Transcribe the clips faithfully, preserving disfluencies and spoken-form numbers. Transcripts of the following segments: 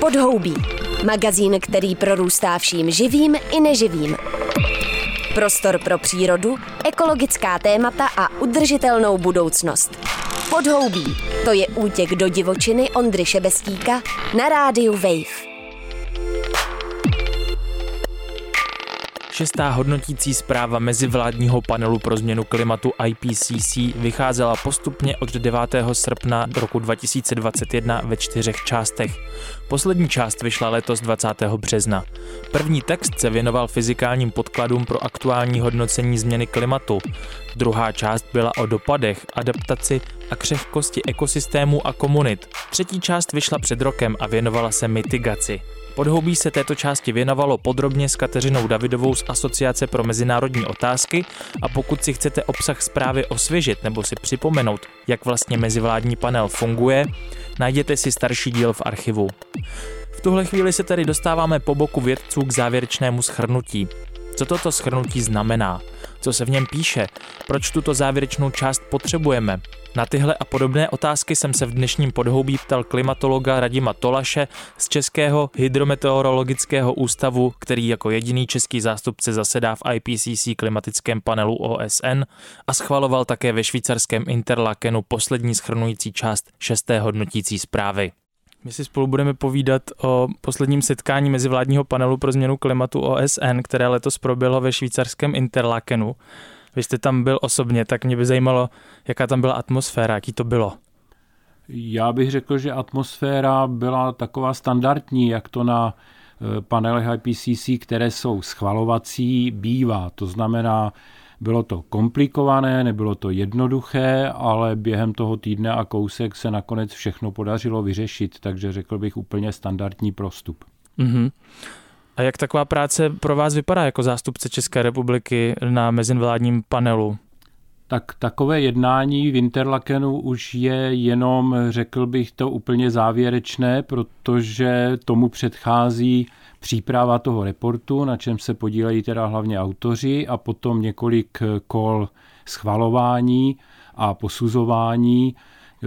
Podhoubí. Magazín, který prorůstá vším živým i neživým. Prostor pro přírodu, ekologická témata a udržitelnou budoucnost. Podhoubí. To je útěk do divočiny Ondry Šebestíka na rádiu Wave. Šestá hodnotící zpráva mezivládního panelu pro změnu klimatu I P C C vycházela postupně od devátého srpna roku dva tisíce dvacet jedna ve čtyřech částech. Poslední část vyšla letos dvacátého března. První text se věnoval fyzikálním podkladům pro aktuální hodnocení změny klimatu. Druhá část byla o dopadech, adaptaci a křehkosti ekosystémů a komunit. Třetí část vyšla před rokem a věnovala se mitigaci. Podhoubí se této části věnovalo podrobně s Kateřinou Davidovou z Asociace pro mezinárodní otázky a pokud si chcete obsah zprávy osvěžit nebo si připomenout, jak vlastně mezivládní panel funguje, najděte si starší díl v archivu. V tuhle chvíli se tedy dostáváme po boku vědců k závěrečnému shrnutí. Co toto shrnutí znamená? Co se v něm píše? Proč tuto závěrečnou část potřebujeme? Na tyhle a podobné otázky jsem se v dnešním Podhoubí ptal klimatologa Radima Tolaše z Českého hydrometeorologického ústavu, který jako jediný český zástupce zasedá v I P C C klimatickém panelu O S N a schvaloval také ve švýcarském Interlakenu poslední shrnující část šesté hodnotící zprávy. My si spolu budeme povídat o posledním setkání mezivládního panelu pro změnu klimatu O S N, které letos proběhlo ve švýcarském Interlakenu. Vy jste tam byl osobně, tak mě by zajímalo, jaká tam byla atmosféra, jaký to bylo. Já bych řekl, že atmosféra byla taková standardní, jak to na panelech I P C C, které jsou schvalovací, bývá. To znamená, bylo to komplikované, nebylo to jednoduché, ale během toho týdne a kousek se nakonec všechno podařilo vyřešit, takže řekl bych úplně standardní postup. Mm-hmm. A jak taková práce pro vás vypadá jako zástupce České republiky na mezivládním panelu? Tak takové jednání v Interlakenu už je jenom, řekl bych to úplně závěrečné, protože tomu předchází příprava toho reportu, na čem se podílejí teda hlavně autoři a potom několik kol schvalování a posuzování,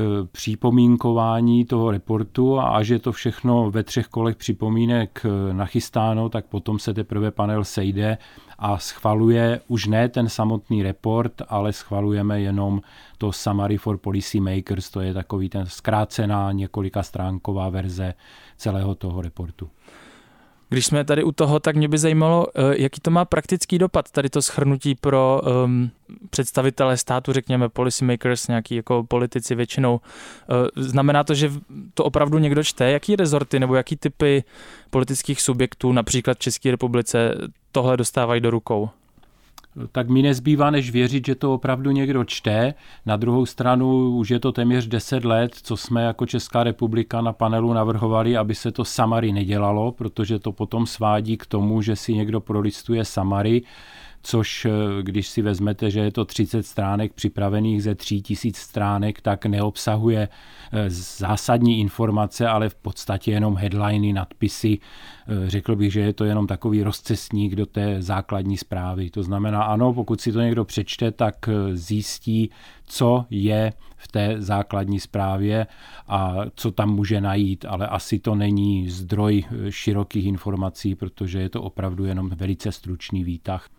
připomínkování toho reportu a až je to všechno ve třech kolech připomínek nachystáno, tak potom se teprve panel sejde a schvaluje už ne ten samotný report, ale schvalujeme jenom to Summary for Policy Makers, to je takový ten zkrácená několika stránková verze celého toho reportu. Když jsme tady u toho, tak mě by zajímalo, jaký to má praktický dopad, tady to shrnutí pro um, představitele státu, řekněme policy makers, nějaký jako politici většinou. Uh, znamená to, že to opravdu někdo čte? Jaký rezorty nebo jaký typy politických subjektů, například v České republice, tohle dostávají do rukou? Tak mi nezbývá, než věřit, že to opravdu někdo čte. Na druhou stranu už je to téměř deset let, co jsme jako Česká republika na panelu navrhovali, aby se to summary nedělalo, protože to potom svádí k tomu, že si někdo prolistuje summary, což když si vezmete, že je to třicet stránek připravených ze tří tisíc stránek, tak neobsahuje zásadní informace, ale v podstatě jenom headliny, nadpisy. Řekl bych, že je to jenom takový rozcestník do té základní zprávy. To znamená, ano, pokud si to někdo přečte, tak zjistí, co je v té základní zprávě a co tam může najít, ale asi to není zdroj širokých informací, protože je to opravdu jenom velice stručný výtah.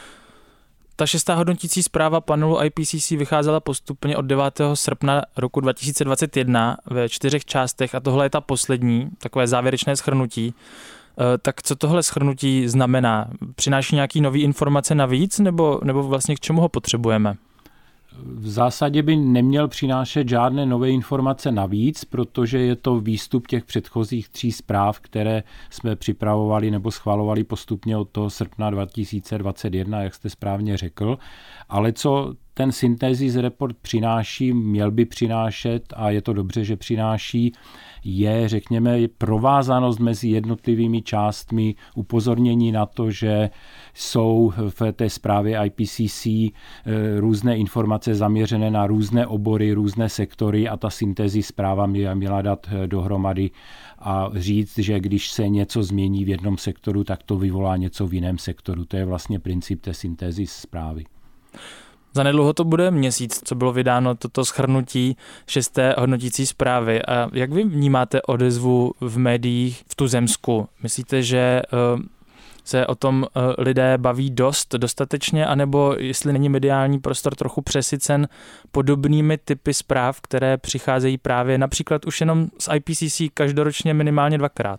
Ta šestá hodnotící zpráva panelu I P C C vycházela postupně od devátého srpna roku dva tisíce dvacet jedna ve čtyřech částech a tohle je ta poslední, takové závěrečné shrnutí. Tak co tohle shrnutí znamená? Přináší nějaký nový informace navíc nebo, nebo vlastně k čemu ho potřebujeme? V zásadě by neměl přinášet žádné nové informace navíc, protože je to výstup těch předchozích tří zpráv, které jsme připravovali nebo schvalovali postupně od toho srpna dva tisíce dvacet jedna, jak jste správně řekl. Ale co ten synthesis report přináší, měl by přinášet a je to dobře, že přináší, je, řekněme, provázanost mezi jednotlivými částmi, upozornění na to, že jsou v té zprávě I P C C různé informace zaměřené na různé obory, různé sektory a ta syntézy zpráva měla dát dohromady a říct, že když se něco změní v jednom sektoru, tak to vyvolá něco v jiném sektoru. To je vlastně princip té syntézy zprávy. Zanedlouho to bude měsíc, co bylo vydáno toto shrnutí šesté hodnotící zprávy. A jak vy vnímáte odezvu v médiích v tuzemsku? Myslíte, že se o tom lidé baví dost, dostatečně, anebo jestli není mediální prostor trochu přesycen podobnými typy zpráv, které přicházejí právě například už jenom z I P C C každoročně minimálně dvakrát?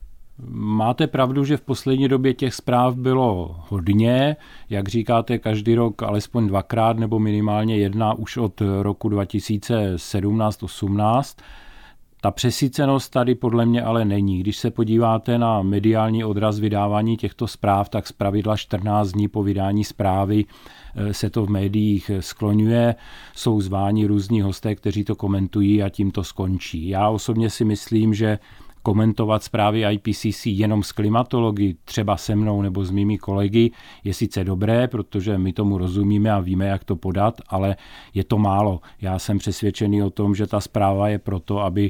Máte pravdu, že v poslední době těch zpráv bylo hodně, jak říkáte, každý rok alespoň dvakrát nebo minimálně jedna už od roku dva tisíce sedmnáct osmnáct. Ta přesycenost tady podle mě ale není. Když se podíváte na mediální odraz vydávání těchto zpráv, tak zpravidla čtrnáct dní po vydání zprávy se to v médiích skloňuje. Jsou zváni různí hosté, kteří to komentují a tím to skončí. Já osobně si myslím, že komentovat zprávy I P C C jenom z klimatology, třeba se mnou nebo s mými kolegy, je sice dobré, protože my tomu rozumíme a víme, jak to podat, ale je to málo. Já jsem přesvědčený o tom, že ta zpráva je proto, aby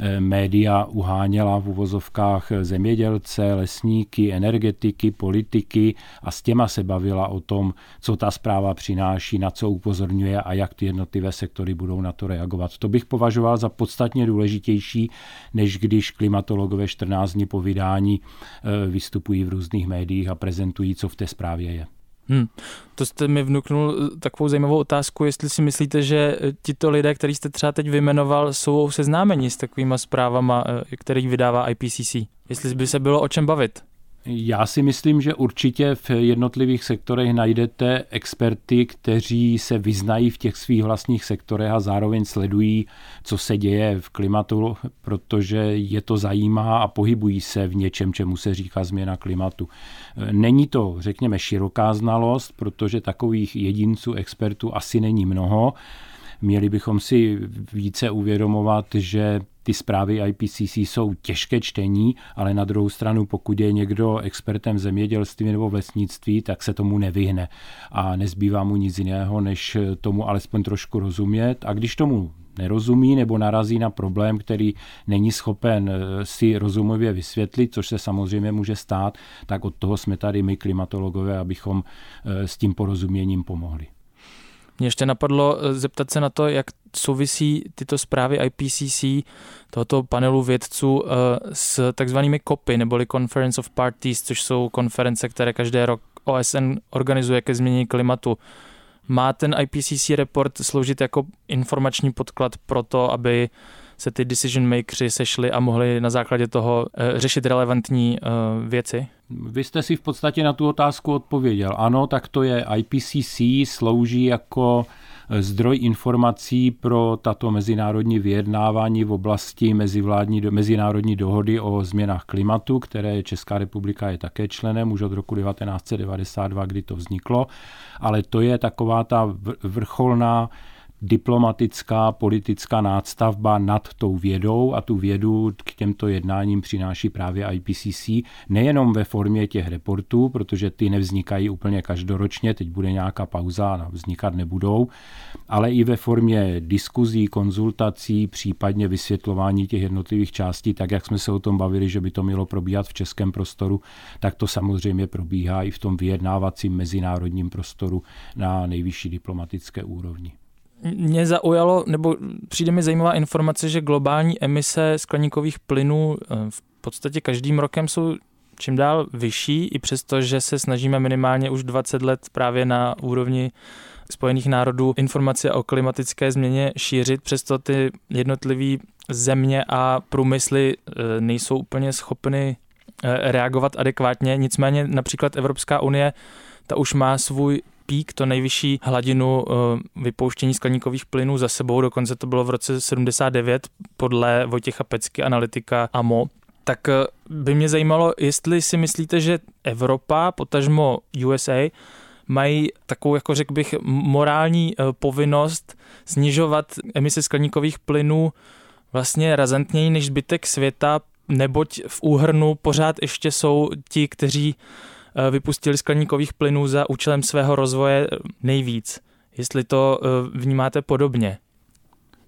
média uháněla v uvozovkách zemědělce, lesníky, energetiky, politiky a s těma se bavila o tom, co ta zpráva přináší, na co upozorňuje a jak ty jednotlivé sektory budou na to reagovat. To bych považoval za podstatně důležitější, než když klimatologové čtrnáct dní po vydání vystupují v různých médiích a prezentují, co v té zprávě je. Hmm. To jste mi vnuknul takovou zajímavou otázku, jestli si myslíte, že tito lidé, který jste třeba teď vyjmenoval, jsou seznámeni s takovýma zprávama, který vydává I P C C. Jestli by se bylo o čem bavit. Já si myslím, že určitě v jednotlivých sektorech najdete experty, kteří se vyznají v těch svých vlastních sektorech a zároveň sledují, co se děje v klimatu, protože je to zajímá a pohybují se v něčem, čemu se říká změna klimatu. Není to, řekněme, široká znalost, protože takových jedinců, expertů asi není mnoho. Měli bychom si více uvědomovat, že ty zprávy I P C C jsou těžké čtení, ale na druhou stranu, pokud je někdo expertem v zemědělství nebo v lesnictví, tak se tomu nevyhne a nezbývá mu nic jiného, než tomu alespoň trošku rozumět. A když tomu nerozumí nebo narazí na problém, který není schopen si rozumově vysvětlit, což se samozřejmě může stát, tak od toho jsme tady my klimatologové, abychom s tím porozuměním pomohli. Mě ještě napadlo zeptat se na to, jak souvisí tyto zprávy I P C C, tohoto panelu vědců, s takzvanými C O P y, neboli Conference of Parties, což jsou konference, které každý rok O S N organizuje ke změně klimatu. Má ten I P C C report sloužit jako informační podklad pro to, aby se ty decision makers sešli a mohli na základě toho řešit relevantní věci? Vy jste si v podstatě na tu otázku odpověděl. Ano, tak to je. I P C C slouží jako zdroj informací pro tato mezinárodní vyjednávání v oblasti mezivládní, mezinárodní dohody o změnách klimatu, které Česká republika je také členem už od roku devatenáct set devadesát dva, kdy to vzniklo, ale to je taková ta vrcholná diplomatická, politická nástavba nad tou vědou a tu vědu k těmto jednáním přináší právě I P C C, nejenom ve formě těch reportů, protože ty nevznikají úplně každoročně, teď bude nějaká pauza a vznikat nebudou, ale i ve formě diskuzí, konzultací, případně vysvětlování těch jednotlivých částí, tak jak jsme se o tom bavili, že by to mělo probíhat v českém prostoru, tak to samozřejmě probíhá i v tom vyjednávacím mezinárodním prostoru na nejvyšší diplomatické úrovni. Mě zaujalo, nebo přijde mi zajímavá informace, že globální emise skleníkových plynů v podstatě každým rokem jsou čím dál vyšší, i přesto, že se snažíme minimálně už dvacet let právě na úrovni Spojených národů informace o klimatické změně šířit, přesto ty jednotlivé země a průmysly nejsou úplně schopny reagovat adekvátně. Nicméně například Evropská unie, ta už má svůj pík, to nejvyšší hladinu vypouštění skleníkových plynů za sebou, dokonce to bylo v roce sedmdesát devět podle Vojtěcha Pecky, analytika A M O. Tak by mě zajímalo, jestli si myslíte, že Evropa, potažmo U S A, mají takovou, jako řekl bych, morální povinnost snižovat emise skleníkových plynů vlastně razantněji než zbytek světa, neboť v úhrnu pořád ještě jsou ti, kteří vypustili skleníkových plynů za účelem svého rozvoje nejvíc. Jestli to vnímáte podobně.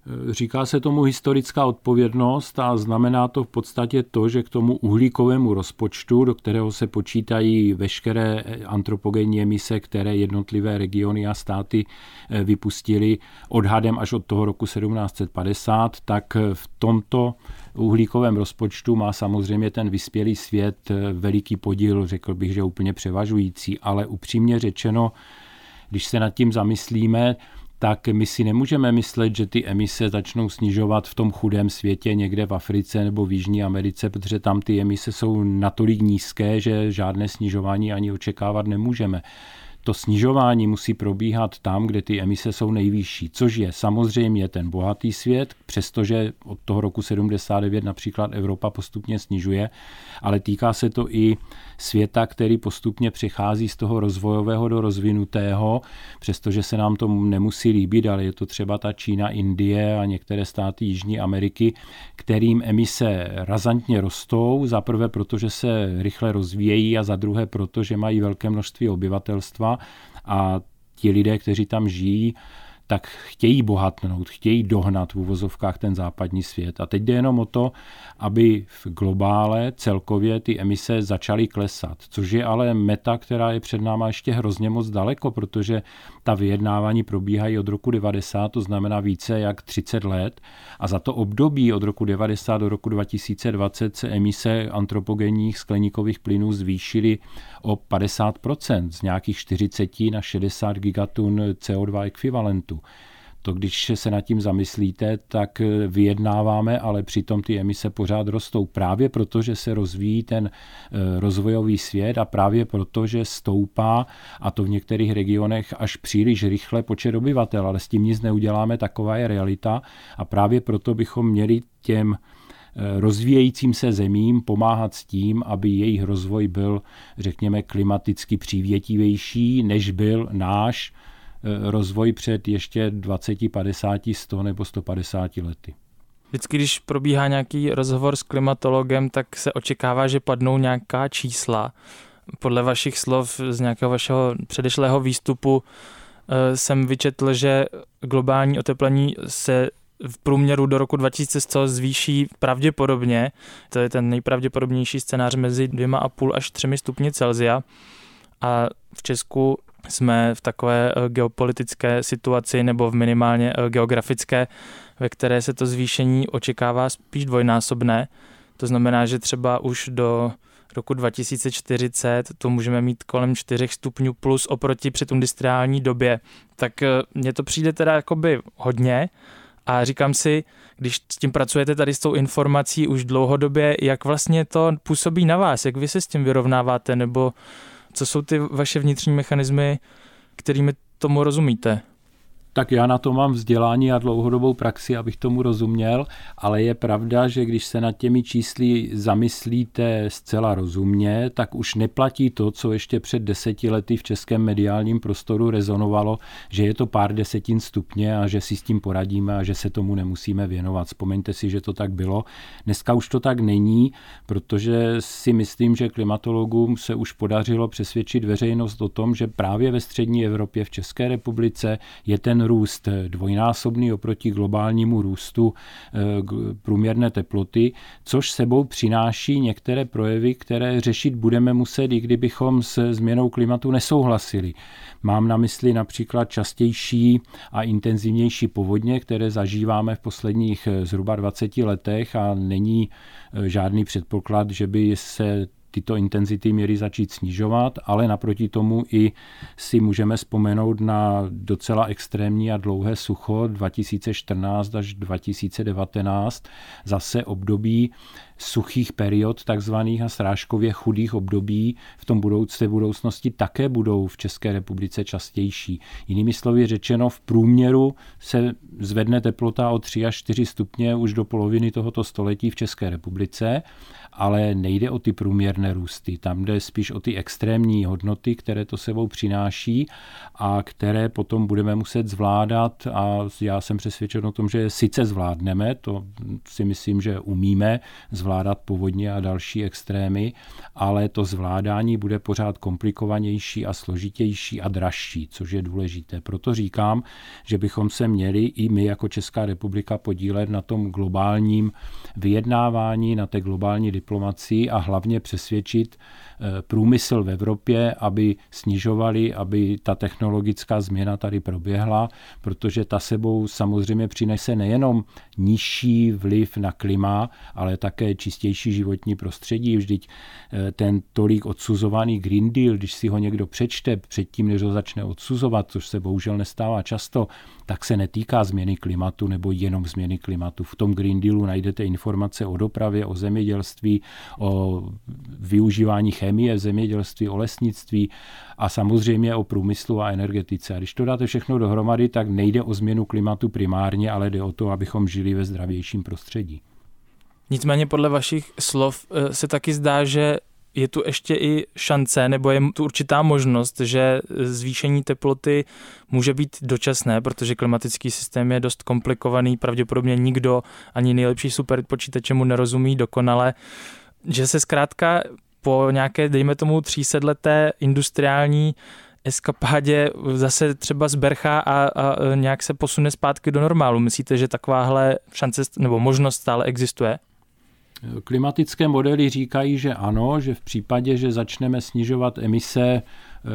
Říká se tomu historická odpovědnost a znamená to v podstatě to, že k tomu uhlíkovému rozpočtu, do kterého se počítají veškeré antropogenní emise, které jednotlivé regiony a státy vypustily odhadem až od toho roku sedmnáct set padesát, tak v tomto uhlíkovém rozpočtu má samozřejmě ten vyspělý svět veliký podíl, řekl bych, že úplně převažující, ale upřímně řečeno, když se nad tím zamyslíme, tak my si nemůžeme myslet, že ty emise začnou snižovat v tom chudém světě někde v Africe nebo v Jižní Americe, protože tam ty emise jsou natolik nízké, že žádné snižování ani očekávat nemůžeme. To snižování musí probíhat tam, kde ty emise jsou nejvyšší, což je samozřejmě ten bohatý svět, přestože od toho roku sedmdesát devět například Evropa postupně snižuje, ale týká se to i světa, který postupně přechází z toho rozvojového do rozvinutého, přestože se nám to nemusí líbit, ale je to třeba ta Čína, Indie a některé státy Jižní Ameriky, kterým emise razantně rostou, za prvé protože se rychle rozvíjejí a za druhé proto, že mají velké množství obyvatelstva a ti lidé, kteří tam žijí, tak chtějí bohatnout, chtějí dohnat v uvozovkách ten západní svět. A teď jde jenom o to, aby v globále celkově ty emise začaly klesat, což je ale meta, která je před náma ještě hrozně moc daleko, protože ta vyjednávání probíhají od roku devadesát, to znamená více jak třicet let a za to období od roku devadesát do roku dva tisíce dvacet se emise antropogenních skleníkových plynů zvýšily o padesát procent z nějakých čtyřicet na šedesát gigatun C O dva ekvivalentu. To, když se nad tím zamyslíte, tak vyjednáváme, ale přitom ty emise pořád rostou právě proto, že se rozvíjí ten rozvojový svět a právě proto, že stoupá, a to v některých regionech až příliš rychle počet obyvatel, ale s tím nic neuděláme, taková je realita a právě proto bychom měli těm rozvíjejícím se zemím pomáhat s tím, aby jejich rozvoj byl, řekněme, klimaticky přívětivější, než byl náš rozvoj před ještě dvacet, padesát, sto nebo sto padesát lety. Vždycky, když probíhá nějaký rozhovor s klimatologem, tak se očekává, že padnou nějaká čísla. Podle vašich slov z nějakého vašeho předešlého výstupu jsem vyčetl, že globální oteplení se v průměru do roku dva tisíce sto zvýší pravděpodobně, to je ten nejpravděpodobnější scénář, mezi dvěma a půl až třemi stupni Celsia. A v Česku jsme v takové geopolitické situaci nebo v minimálně geografické, ve které se to zvýšení očekává spíš dvojnásobné. To znamená, že třeba už do roku dva tisíce čtyřicet to můžeme mít kolem čtyřech stupňů plus oproti předindustriální době. Tak mně to přijde teda jakoby hodně a říkám si, když s tím pracujete tady s tou informací už dlouhodobě, jak vlastně to působí na vás, jak vy se s tím vyrovnáváte, nebo co jsou ty vaše vnitřní mechanismy, kterými tomu rozumíte? Tak já na to mám vzdělání a dlouhodobou praxi, abych tomu rozuměl, ale je pravda, že když se nad těmi čísly zamyslíte zcela rozumně, tak už neplatí to, co ještě před deseti lety v českém mediálním prostoru rezonovalo, že je to pár desetin stupně a že si s tím poradíme a že se tomu nemusíme věnovat. Vzpomeňte si, že to tak bylo. Dneska už to tak není, protože si myslím, že klimatologům se už podařilo přesvědčit veřejnost o tom, že právě ve střední Evropě, v České republice je ten růst dvojnásobný oproti globálnímu růstu průměrné teploty, což sebou přináší některé projevy, které řešit budeme muset, i kdybychom se změnou klimatu nesouhlasili. Mám na mysli například častější a intenzivnější povodně, které zažíváme v posledních zhruba dvaceti letech a není žádný předpoklad, že by se tyto intenzity měly začít snižovat, ale naproti tomu i si můžeme vzpomenout na docela extrémní a dlouhé sucho dva tisíce čtrnáct až dva tisíce devatenáct, zase období suchých period takzvaných a srážkově chudých období v tom budoucí budoucnosti také budou v České republice častější. Jinými slovy řečeno, v průměru se zvedne teplota o tři až čtyři stupně už do poloviny tohoto století v České republice, ale nejde o ty průměrné růsty. Tam jde spíš o ty extrémní hodnoty, které to sebou přináší a které potom budeme muset zvládat a já jsem přesvědčen o tom, že sice zvládneme, to si myslím, že umíme zvládat, zvládat povodně a další extrémy, ale to zvládání bude pořád komplikovanější a složitější a dražší, což je důležité. Proto říkám, že bychom se měli i my jako Česká republika podílet na tom globálním vyjednávání, na té globální diplomacii a hlavně přesvědčit průmysl v Evropě, aby snižovali, aby ta technologická změna tady proběhla, protože ta sebou samozřejmě přinese nejenom nižší vliv na klima, ale také čistější životní prostředí. Vždyť ten tolik odsuzovaný Green Deal, když si ho někdo přečte předtím, než ho začne odsuzovat, což se bohužel nestává často, tak se netýká změny klimatu nebo jenom změny klimatu. V tom Green Dealu najdete informace o dopravě, o zemědělství, o využívání chemie v zemědělství, o lesnictví a samozřejmě o průmyslu a energetice. A když to dáte všechno dohromady, tak nejde o změnu klimatu primárně, ale jde o to, abychom žili ve zdravějším prostředí. Nicméně podle vašich slov se taky zdá, že je tu ještě i šance, nebo je tu určitá možnost, že zvýšení teploty může být dočasné, protože klimatický systém je dost komplikovaný, pravděpodobně nikdo, ani nejlepší superpočítače mu nerozumí dokonale, že se zkrátka po nějaké, dejme tomu, třísetleté industriální eskapádě zase třeba zberchá a, a nějak se posune zpátky do normálu. Myslíte, že takováhle šance nebo možnost stále existuje? Klimatické modely říkají, že ano, že v případě, že začneme snižovat emise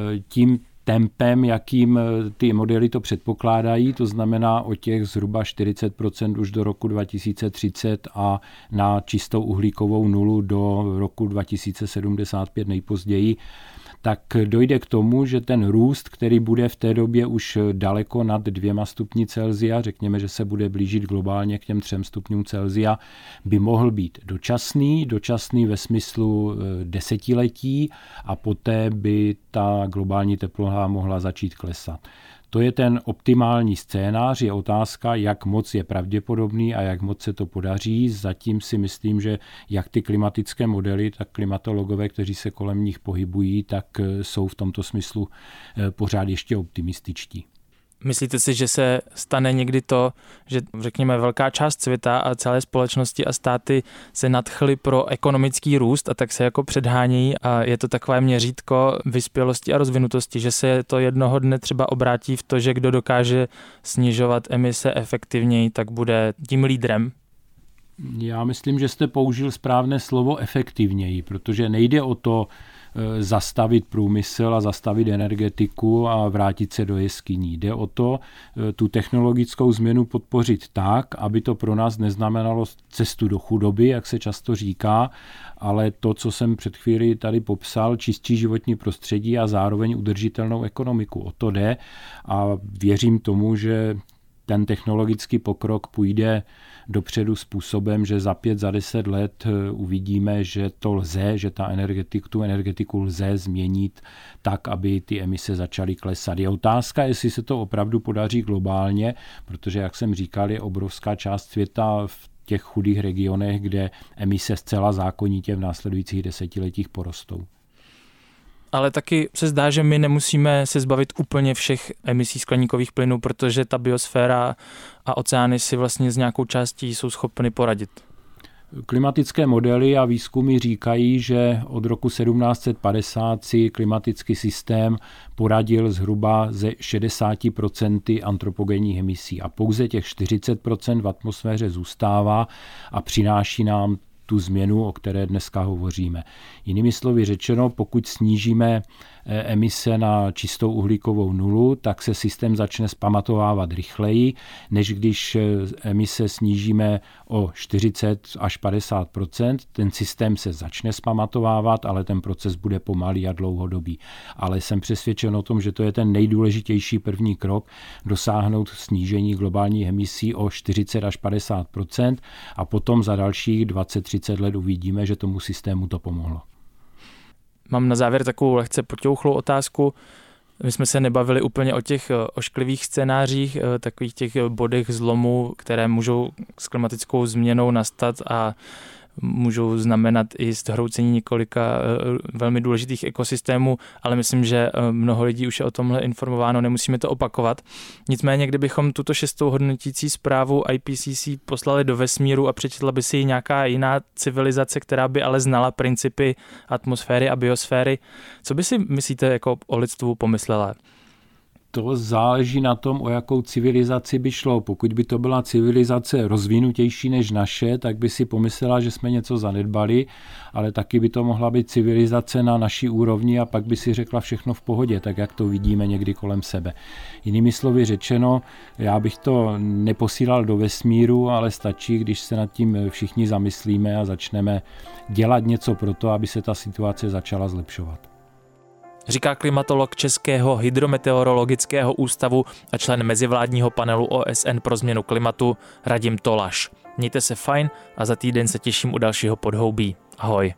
tím tempem, jakým ty modely to předpokládají, to znamená o těch zhruba čtyřicet procent už do roku dva tisíce třicet a na čistou uhlíkovou nulu do roku dva tisíce sedmdesát pět nejpozději, tak dojde k tomu, že ten růst, který bude v té době už daleko nad dvěma stupni Celsia, řekněme, že se bude blížit globálně k těm třem stupňům Celsia, by mohl být dočasný, dočasný ve smyslu desetiletí a poté by ta globální teplota mohla začít klesat. To je ten optimální scénář, je otázka, jak moc je pravděpodobný a jak moc se to podaří. Zatím si myslím, že jak ty klimatické modely, tak klimatologové, kteří se kolem nich pohybují, tak jsou v tomto smyslu pořád ještě optimističtí. Myslíte si, že se stane někdy to, že řekněme velká část světa a celé společnosti a státy se nadchly pro ekonomický růst a tak se jako předhánějí a je to takové měřítko vyspělosti a rozvinutosti, že se to jednoho dne třeba obrátí v to, že kdo dokáže snižovat emise efektivněji, tak bude tím lídrem? Já myslím, že jste použil správné slovo efektivněji, protože nejde o to zastavit průmysl a zastavit energetiku a vrátit se do jeskyní. Jde o to tu technologickou změnu podpořit tak, aby to pro nás neznamenalo cestu do chudoby, jak se často říká, ale to, co jsem před chvíli tady popsal, čistší životní prostředí a zároveň udržitelnou ekonomiku. O to jde a věřím tomu, že ten technologický pokrok půjde dopředu způsobem, že za pět, za deset let uvidíme, že to lze, že ta energetik, tu energetiku lze změnit tak, aby ty emise začaly klesat. Je otázka, jestli se to opravdu podaří globálně, protože, jak jsem říkal, je obrovská část světa v těch chudých regionech, kde emise zcela zákonitě v následujících desetiletích porostou. Ale taky se zdá, že my nemusíme se zbavit úplně všech emisí skleníkových plynů, protože ta biosféra a oceány si vlastně s nějakou částí jsou schopny poradit. Klimatické modely a výzkumy říkají, že od roku sedmnáct set padesát si klimatický systém poradil zhruba ze šedesát procent antropogenních emisí a pouze těch čtyřicet procent v atmosféře zůstává a přináší nám tu změnu, o které dneska hovoříme. Jinými slovy řečeno, pokud snížíme emise na čistou uhlíkovou nulu, tak se systém začne zpamatovávat rychleji, než když emise snížíme o čtyřicet až padesát procent. Ten systém se začne zpamatovávat, ale ten proces bude pomalý a dlouhodobý. Ale jsem přesvědčen o tom, že to je ten nejdůležitější první krok, dosáhnout snížení globálních emisí o čtyřicet až padesát procent a potom za dalších dvacet třicet let uvidíme, že tomu systému to pomohlo. Mám na závěr takovou lehce potěuchlou otázku. My jsme se nebavili úplně o těch ošklivých scénářích, takových těch bodech zlomu, které můžou s klimatickou změnou nastat a můžou znamenat i zhroucení několika velmi důležitých ekosystémů, ale myslím, že mnoho lidí už je o tomhle informováno, nemusíme to opakovat. Nicméně, kdybychom tuto šestou hodnotící zprávu I P C C poslali do vesmíru a přečetla by si ji nějaká jiná civilizace, která by ale znala principy atmosféry a biosféry, co by si myslíte jako o lidstvu pomyslela? To záleží na tom, o jakou civilizaci by šlo. Pokud by to byla civilizace rozvinutější než naše, tak by si pomyslela, že jsme něco zanedbali, ale taky by to mohla být civilizace na naší úrovni a pak by si řekla všechno v pohodě, tak jak to vidíme někdy kolem sebe. Jinými slovy řečeno, já bych to neposílal do vesmíru, ale stačí, když se nad tím všichni zamyslíme a začneme dělat něco pro to, aby se ta situace začala zlepšovat. Říká klimatolog Českého hydrometeorologického ústavu a člen mezivládního panelu O S N pro změnu klimatu Radim Tolaš. Mějte se fajn a za týden se těším u dalšího podhoubí. Ahoj.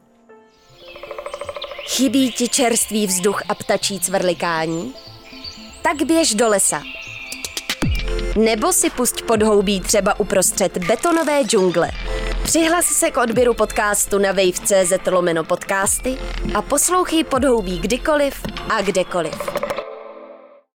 Chybí ti čerstvý vzduch a ptačí cvrlikání? Tak běž do lesa. Nebo si pusť podhoubí třeba uprostřed betonové džungle. Přihlas se k odběru podcastu na wave tečka cz lomeno podcasty a poslouchej podhoubí kdykoliv a kdekoliv.